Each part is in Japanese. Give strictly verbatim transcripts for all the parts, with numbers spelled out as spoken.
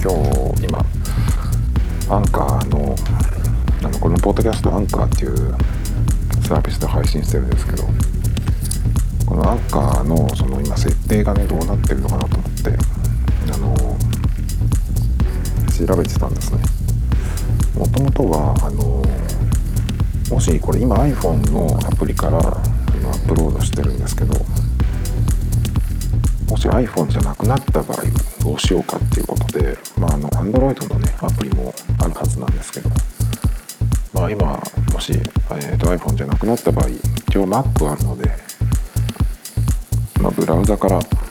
今日今アンカーのあのこのポッドキャストアンカーっていうサービスで配信してるんですけど、このアンカーのその今設定がねどうなってるのかなと思ってあの調べてたんですね。もともとはあのもしこれ今 iPhone のアプリからアップロードしてるんですけど、もし iPhone じゃなくなった場合どうしようかっていうことで、まあ、あの Android のねアプリもあるはずなんですけど、まあ今もし、えー、と iPhone じゃなくなった場合、一応 Mac あるので、まあ、ブラウザから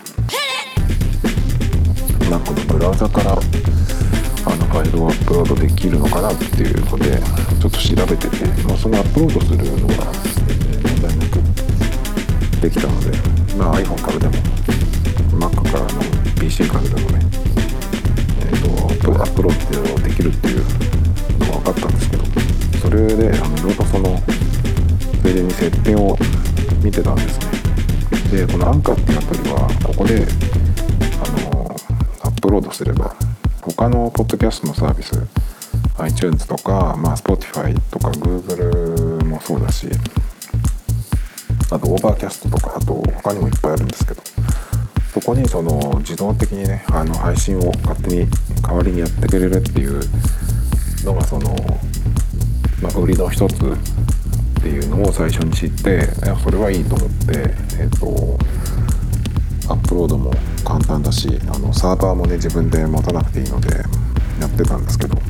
Mac のブラウザからあのファイルをアップロードできるのかなっていうのでちょっと調べてて、まあ、そのアップロードするのが問題なくできたので、まあ、iPhone からでも Mac からの ピーシー からでもね、えー、とアップロードできるっていうのが分かったんですけど、それであのいろいろそのついでに設定を見てたんですね。でこのアンカーっていうアプリはここであのアップロードすれば他のポッドキャストのサービス iTunes とか、まあ、Spotify とか Google もそうだし、あとオーバーキャストとか、あと他にもいっぱいあるんですけど、そこにその自動的にねあの配信を勝手に代わりにやってくれるっていうのがその、まあ、売りの一つっていうのを最初に知って、それはいいと思って、えっとアップロードも簡単だし、あのサーバーもね自分で持たなくていいのでやってたんですけど、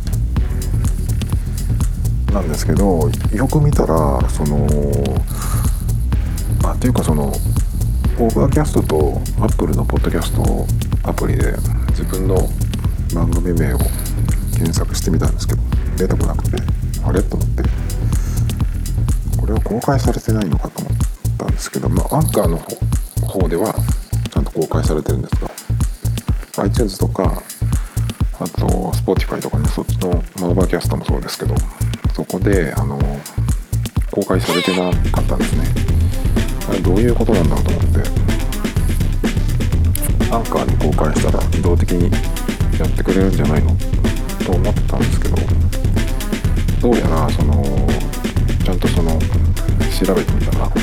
なんですけどよく見たらそのあっていうかそのオーバーキャストとアップルのポッドキャストアプリで自分の番組名を検索してみたんですけど出てこなくて、あれと思ってこれは公開されてないのかと思ったんですけど、まあアンカーの方方ではちゃんと公開されてるんですが、 iTunes とかあと Spotify とかね、そっちの、まあ、オーバーキャストもそうですけど、そこであの公開されてなかったんですね。あれどういうことなんだろうと思って、アンカーに公開したら自動的にやってくれるんじゃないのと思ってたんですけど、どうやらそのちゃんとその調べてみたら、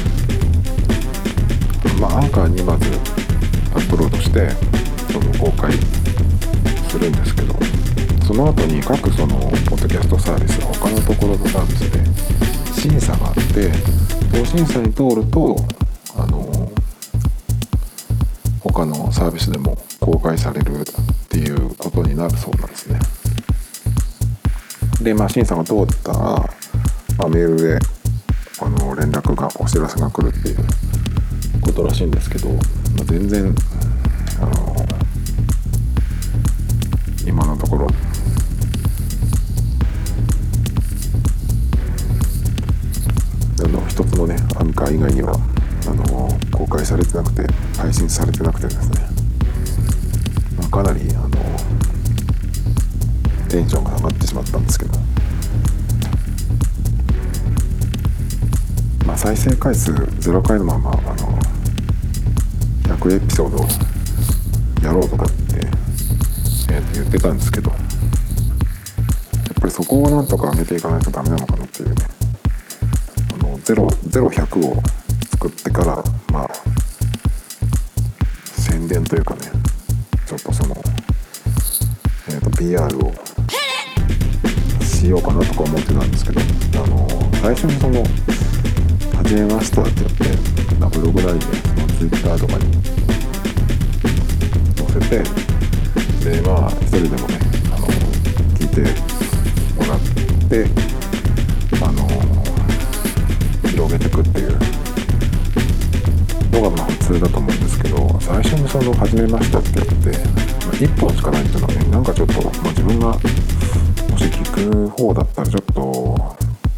まあ、アンカーにまずアップロードしてその公開するんですけど、その後に各そのポッドキャストサービス、他のところのサービスで審査があって、その審査に通るとあの他のサービスでも公開されるっていうことになるそうなんですね。で、まあ、審査が通ったら、まあ、メールであの連絡がお知らせが来るっていうことらしいんですけど、まあ、全然あの今のところあの一つのねアンカー以外にはあの公開されてなくて配信されてなくてですね、まあ、かなりあのテンションが上がってしまったんですけど、まあ、再生回数ゼロかいのままあのひゃくエピソードやろうとかって、えー、と言ってたんですけど、やっぱりそこをなんとか上げていかないとダメなのかなっていうね、あのゼロ、ゼロ、ひゃくを作ってからまあ宣伝というかね、ちょっとその、えー、と ピーアール をしようかなとか思ってたんですけど、あの最初にその始めましたって言ってブログなりでツイッターとかに載せて、でまあ一人でもねあの聞いてもらってあの広げていくっていうのがまあ普通だと思うんですけど、最初にその始めましたって言って、まあ、いっぽんしかないっていうのはね、なんかちょっと、まあ、自分がもし聞く方だったらちょっと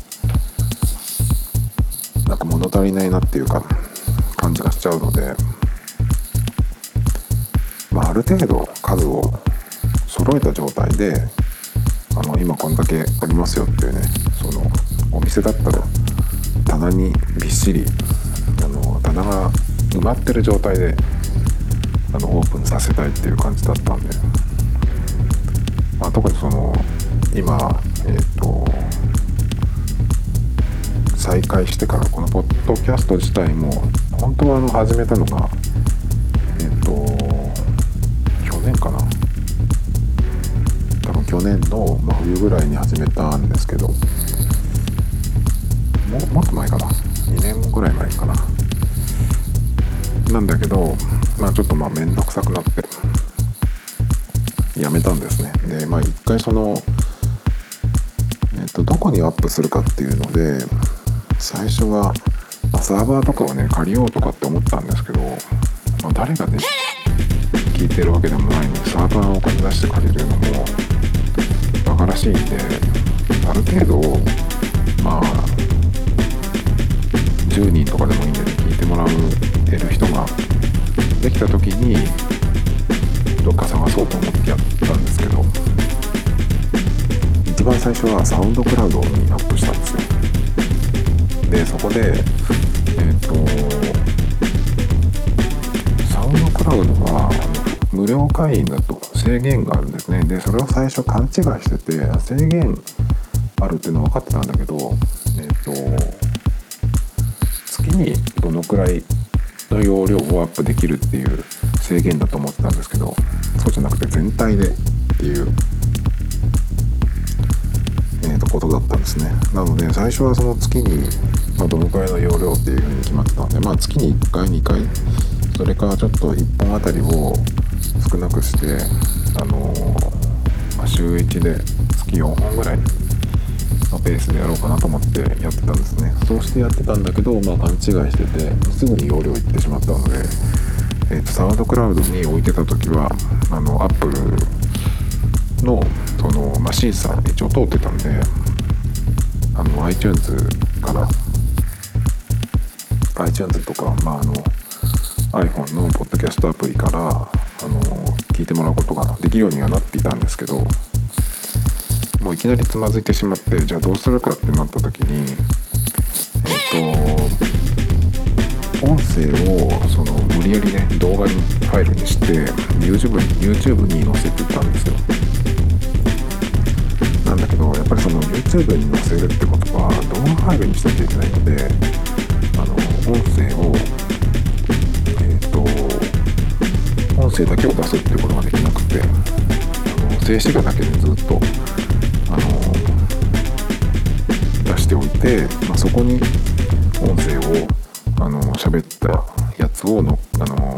なんか物足りないなっていうか感じがしちゃうので、まあ、ある程度数を揃えた状態であの今こんだけありますよっていうね、そのお店だったら棚にびっしりあの棚が埋まってる状態であのオープンさせたいっていう感じだったんで、 まあ、特にその今えっ、ー、と再開してからこのポッドキャスト自体も本当はあの始めたのがえっ、ー、と去年かな、多分去年の、まあ、冬ぐらいに始めたんですけど、ももっと前かな、にねんぐらい前かななんだけど、まあちょっとまあめんどくさくなってやめたんですね。でまあ一回そのえっとどこにアップするかっていうので、最初は、まあ、サーバーとかをね借りようとかって思ったんですけど、まあ、誰がね聞いてるわけでもないのにサーバーをお金出して借りるのもバカらしいんで、ある程度まあじゅうにんとかでもいいんでね、聞いてもらえる人ができた時にどっか探そうと思ってやったんですけど、一番最初はサウンドクラウドにアップしたんですよ。でそこでえっ、ー、とサウンドクラウドは無料会員だと制限があるんですね。でそれを最初勘違いしてて、制限あるっていうのは分かってたんだけど、えっ、ー、と月にどのくらいの容量をアップできるっていう制限だと思ってたんですけど、そうじゃなくて全体でっていう、えー、とことだったんですね。なので最初はその月に、まあ、どのくらいの容量っていうふうに決まってたので、まあ、月にいっかいにかい、それからちょっといっぽんあたりを少なくして、あのーまあ、週いちで月よんほんぐらいのペースでやろうかなと思ってやってたんですね。そうしてやってたんだけど、まあ、勘違いしててすぐに容量いってしまったので、えー、とサウンドクラウドに置いてた時はあの Apple の, その、まあ、審査一応通ってたんで、あの iTunes から iTunes とか、まあ、あの iPhone のポッドキャストアプリからあの聞いてもらうことができるようにはなっていたんですけど、もういきなりつまずいてしまって、じゃあどうするかってなった時に、えっと音声をその無理やりね動画にファイルにして YouTube, YouTube に載せてたんですよ。なんだけどやっぱりその YouTube に載せるってことは動画ファイルにしなきゃいけないので、あの音声をえっと音声だけを出すっていうことができなくて、あの静止画だけでずっとあの出しておいて、まあ、そこに音声をあの喋ったやつをの、あの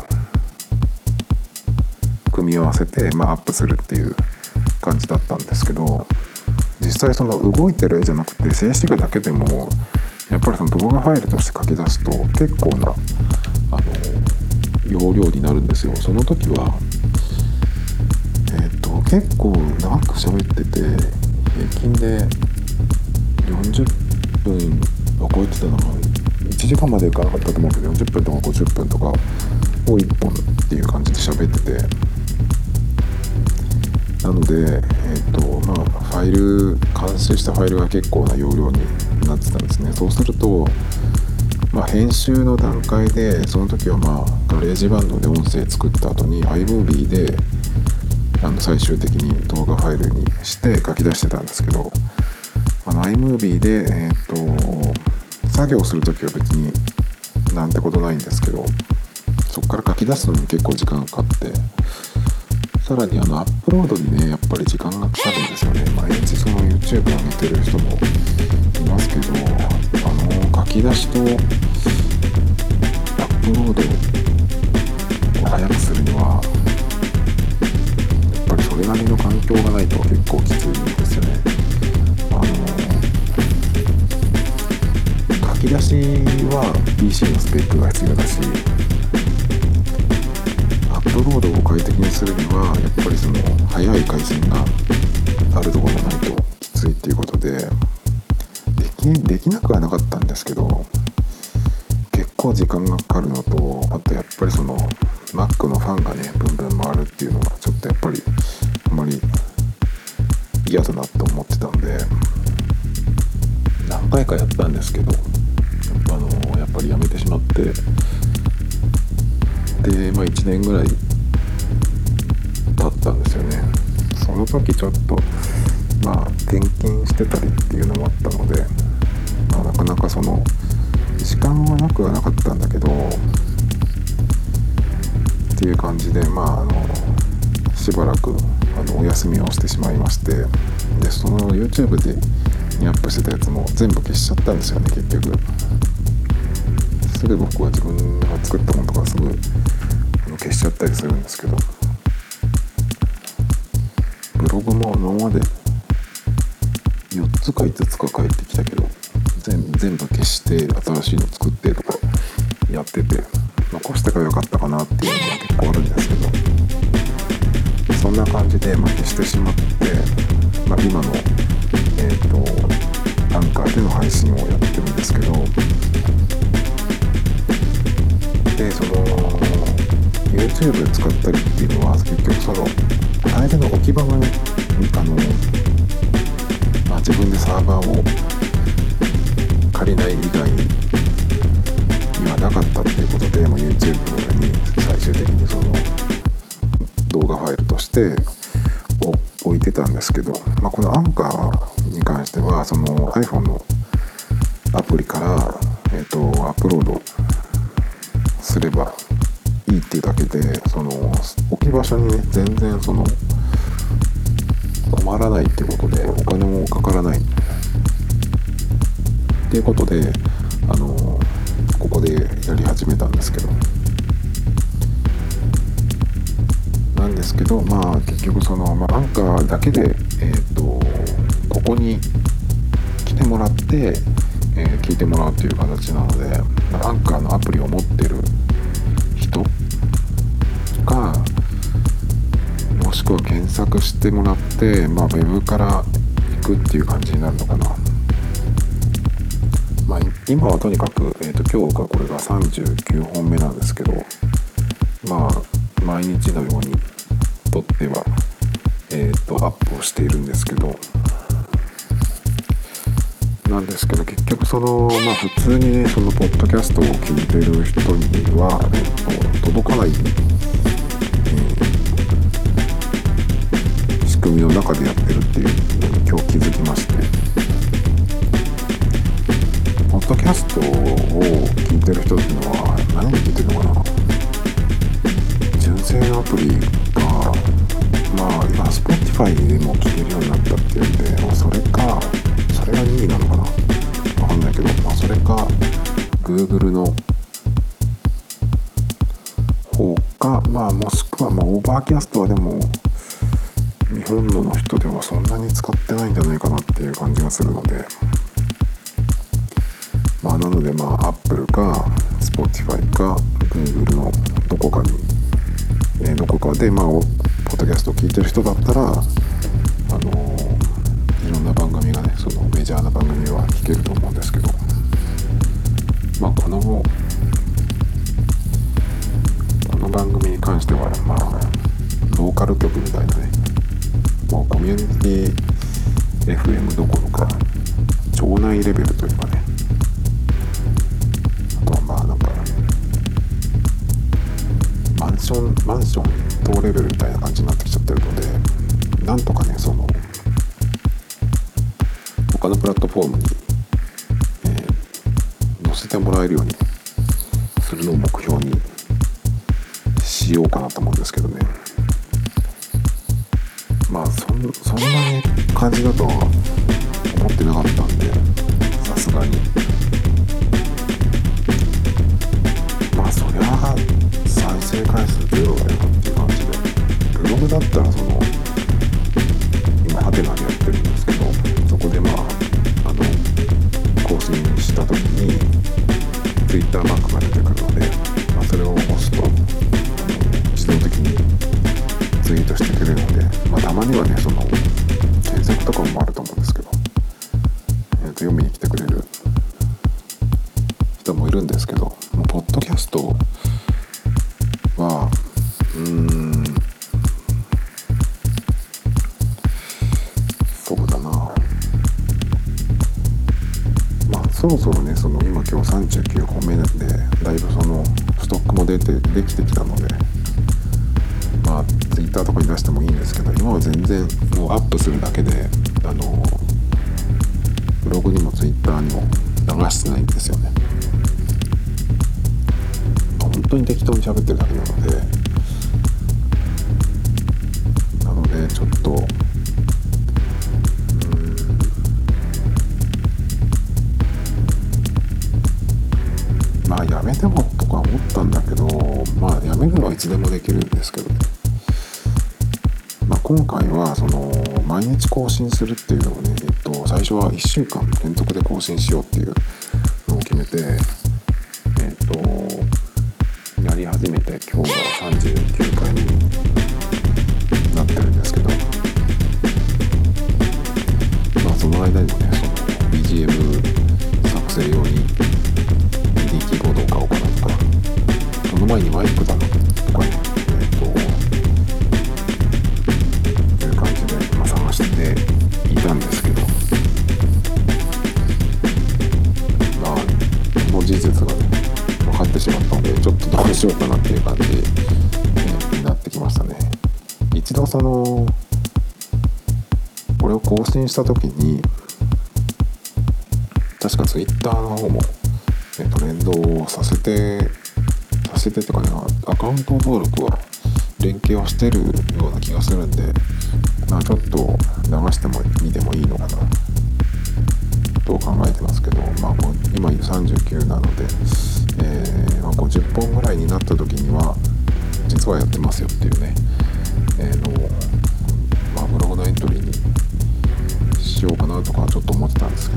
組み合わせて、まあ、アップするっていう感じだったんですけど、実際その動いてる絵じゃなくて静止画だけでもやっぱりその動画ファイルとして書き出すと結構なあの容量になるんですよ。その時はえっと結構長く喋ってて平均でよんじゅっぷんを超えてたのがいちじかんまでいかなかったと思うけどよんじゅっぷんとかごじゅっぷんとかをいっぽんっていう感じで喋ってて、なので、えーとまあ、ファイル完成したファイルが結構な容量になってたんですね。そうすると、まあ、編集の段階でその時はまあガレージバンドで音声作った後に iMovie であの最終的に動画ファイルにして書き出してたんですけど、あの iMovie で、えーと作業する時は別になんてことないんですけど、そこから書き出すのに結構時間がかかって、さらにあのアップロードにねやっぱり時間がかかるんですよね。毎日その YouTube を見てる人もいますけど、あの書き出しとアップロードを早くするにはやっぱりそれなりの環境がないと結構きついんですよね。あの書き出しは ピーシー のスペックが必要だし、アップロードを快適にするにはやっぱりその速い回線があるところがないときついっていうことで、でき、できなくはなかったんですけど結構時間がかかるのと、あとやっぱりその Mac のファンがねブンブン回るっていうのがちょっとやっぱりあまり嫌だなと思ってたので何回かやったんですけど、やっぱあのやっぱりやめてしまって、でまあいちねんぐらい経ったんですよね。そその時ちょっとまあ転勤してたりっていうのもあったので、まあ、なかなかその時間はなくはなかったんだけどっていう感じで、まああのしばらくあのお休みをしてしまいまして、でその YouTube でにアップしてたやつも全部消しちゃったんですよね。結局すぐ僕は自分が作ったものとかすぐ消しちゃったりするんですけど、ブログも今までよっつかいつつか書いてきたけど 全, 全部消して新しいの作ってとかやってて、残してからよかったかなっていうのが結構あるんですけど、そんな感じで、まあ、消してしまって、まあ、今の、えーと、アンカーでの配信をやってるんですけど、でその YouTube 使ったりっていうのは結局その間の置き場がね、あの、まあ、自分でサーバーを借りない以外にはなかったっていうことで、まあ、YouTube に最終的にその動画ファイルとして置いてたんですけど、まあ、このアンカーに関してはその iPhone のアプリから、えーと、アップロードすればいいっていうだけで、その置き場所にね全然その困らないっていうことで、お金もかからないっていうことで、あのここでやり始めたんですけどなんですけどまあ結局その、まあ、アンカーだけで、えーと、ここに来てもらって、えー、聞いてもらうっていう形なので、アンカーのアプリを持ってる人か、もしくは検索してもらって、まあ、ウェブから行くっていう感じになるのかな。まあ、今はとにかく、えーと、今日がこれがさんじゅうきゅうほんめなんですけど、まあ毎日のように撮っては、えーと、アップをしているんですけどなんですけど結局その、まあ、普通にねそのポッドキャストを聞いている人には、えーと、届かない、えー、仕組みの中でやってるっていうのに今日気づきまして、ポッドキャストを聞いてる人っていうのは何で聞いてるのかな。純正のアプリがまあ今 Spotify でも聞けるようになったっていうんで、まあ、それかそれがにいなのかなわかんないけど、まあ、それか Google の方か、まあもしくはまあオーバーキャストはでも日本の人ではそんなに使ってないんじゃないかなっていう感じがするので、まあなのでまあ Apple か Spotify か Google のどこかにえー、どこかで、まあ、ポッドキャストを聞いてる人だったら、あのー、いろんな番組がね、そのメジャーな番組は聞けると思うんですけど、まあ、このこの番組に関しては、まあ、ローカル局みたいなね、もうコミュニティ エフエム どころか、町内レベルというかね、あとはまあ、なんか、マンション、マンション等レベルみたいな感じになってきちゃってるので、なんとかね、その他のプラットフォームに、えー、載せてもらえるようにするのを目標にしようかなと思うんですけどね。まあそん、そんな、ね、感じだとは思ってなかったんで、さすがにまあそりゃ再生回数ゼロだよっていう感じで、ブログだったらその今ハテナでやってるんですけど、そこでまああの更新した時に Twitter マークが出てくるので、まあ、それを押すとあの自動的にツイートしてくれるので、まあ、たまにはねその検索とかもあると思うんですけど、えー、と読みに来てくれる人もいるんですけど、もうポッドキャストはうーんそうだな、まあそろそろね、その今今日さんじゅうきゅうほんめなんで、だいぶそのストックも出てできてきたので、まあツイッターとかに出してもいいんですけど、今は全然もうアップするだけで、あのブログにもツイッターにも流してないんですよね。本当に適当に喋ってるだけなのでなのでちょっとうーんまあやめてもとか思ったんだけど、まあやめるのはいつでもできるんですけどね。まあ、今回はその毎日更新するっていうのをね、えっと、最初はいっしゅうかん連続で更新しようっていうのを決めて、えっと、やり始めて今日がさんじゅうきゅうかいめになってるんですけど、まあその間にもね、その ビージーエム 作成用に ミディ キーボードを買おうかなとか、その前にマイクだなとかね、えっとしていたんですけど、まあこの事実がね分かってしまったので、ちょっとどうしようかなっていう感じ、えー、になってきましたね。一度そのこれを更新した時に確かツイッターの方も、えー、と連動させてさせてとかね、アカウント登録は連携をしてるような気がするんで、まあ、ちょっと流しても見てもいいのかなと考えてますけど、まあ、今さんじゅうきゅうなので、えーまあ、ごじゅっぽんぐらいになった時には実はやってますよっていうね、えーのまあ、ブログのエントリーにしようかなとかちょっと思ってたんですけ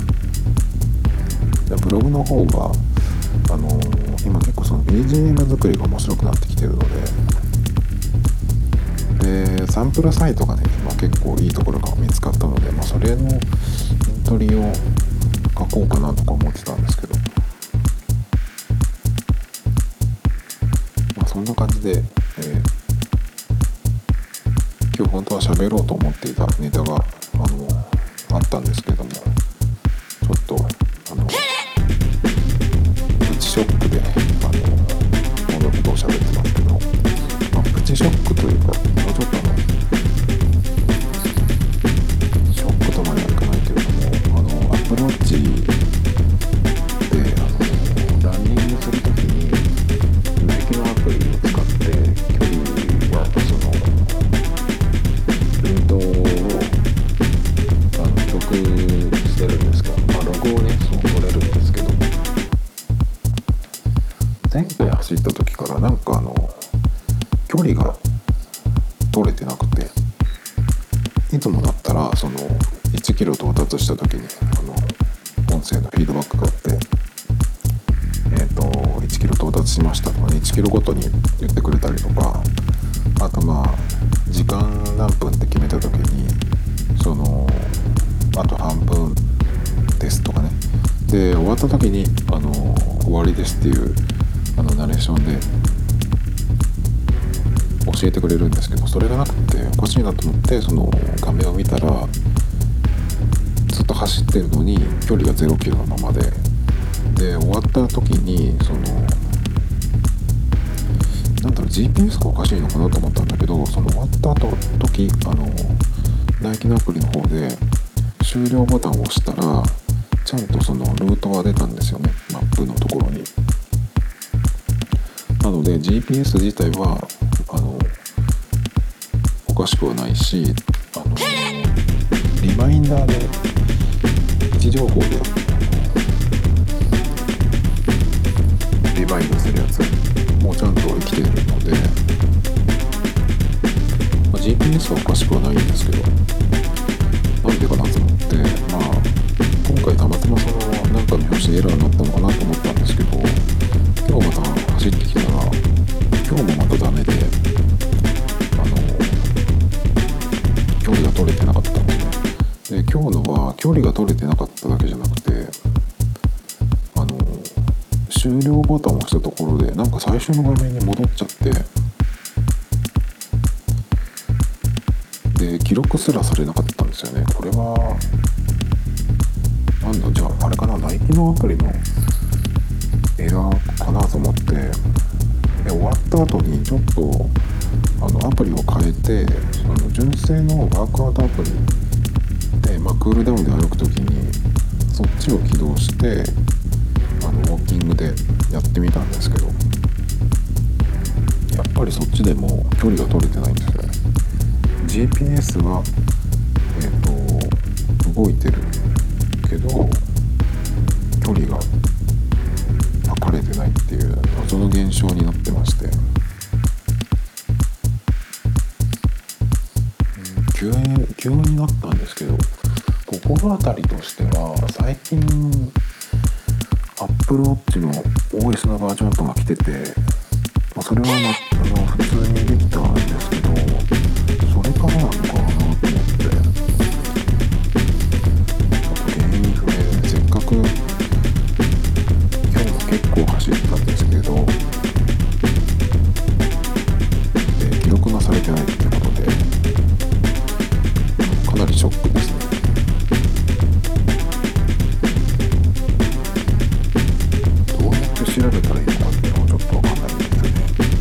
ど、ブログの方が、あのー、今結構その ビージーエム 作りが面白くなってきてるので、でサンプルサイトがね、まあ、結構いいところが見つかったので、まあ、それのエントリーを書こうかなとか思ってたんですけど、まあ、そんな感じで、えー、今日本当は喋ろうと思っていたネタがあのあったんですけども、ちょっとあのプチショックであのこのことを喋ってますけど、まあ、プチショックというか、ちょっとあのショックとまではいかないけれども、あのアップルウォッチであのランニングするときにナイキのアプリを使って距離やそのルートをあの記録してるんですけど、まあ、ログをねそう取れるんですけど、前回走った時からなんかあの距離が取れてなくて、いつもだったらそのいちキロ到達した時にあの音声のフィードバックがあって、えっといちキロ到達しましたとか、いちキロごとに言ってくれたりとか、あとまあ時間何分って決めた時にそのあと半分ですとかね、で終わった時にあの終わりですっていうあのナレーションで教えてくれるんですけど、それがなくておかしいなと思って、その画面を見たらずっと走ってるのに距離がゼロキロのままで、で終わった時にそのなんだろう ジーピーエス がおかしいのかなと思ったんだけど、その終わった後時あのナイキのアプリの方で終了ボタンを押したらちゃんとそのルートが出たんですよね、マップのところに。なので ジーピーエス 自体はあのおかしくはないし、あのリマインダーで位置情報でリマインドするやつもうちゃんと生きているので、まあ、ジーピーエス はおかしくはないんですけど、なんでかなと思って、まあ今回たまたまそのなんかの拍子でエラーになったのかなと思ったんですけど、今日また走ってきたら今日もまたダメで、あの距離が取れてなかったんですね。で今日のは距離が取れてなかっただけじゃなくて、あの終了ボタンを押したところでなんか最初の画面に戻っちゃって、で記録すらされなかったんですよね。これはなんだ、じゃああれかな、ナイキのアプリのエラーかなと思って、で終わった後にちょっとあのアプリを変えて、その純正のワークアウトアプリで、まあ、クールダウンで歩くときにそっちを起動してあのウォーキングでやってみたんですけど、やっぱりそっちでも距離が取れてないんですよね。 ジーピーエス は、えー、と動いてるけど距離が測れてないっていう謎の現象になってまして、急に急になったんですけど、心当たりとしては最近 Apple Watch の オーエス のバージョンアップが来てて、まあ、それは、まあ、あの普通にできたんですけど、それからなのかなと思って、ちょっと原因不明で、せっかく今日も結構走ったんですけど、で記録がされてないってことでかなりショックですね。どうやって調べたらいいのかっていうのもちょっと分かんないんですよね。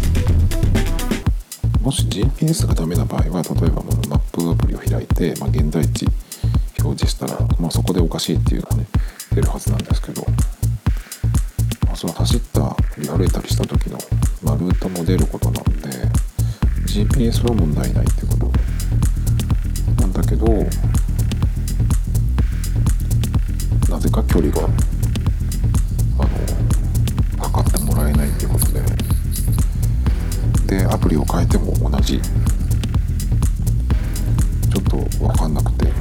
もし ジーピーエス がダメな場合は、例えばマップアプリを開いて、まあ、現在地表示したら、まあ、そこでおかしいっていうのがね出るはずなんですけど、まあ、その走ったり歩いたりした時の、まあ、ルートも出ることなので ジーピーエス は問題ないってことなんだけど、なぜか距離があの測ってもらえないっていうことで、でアプリを変えても同じ、ちょっと分かんなくて、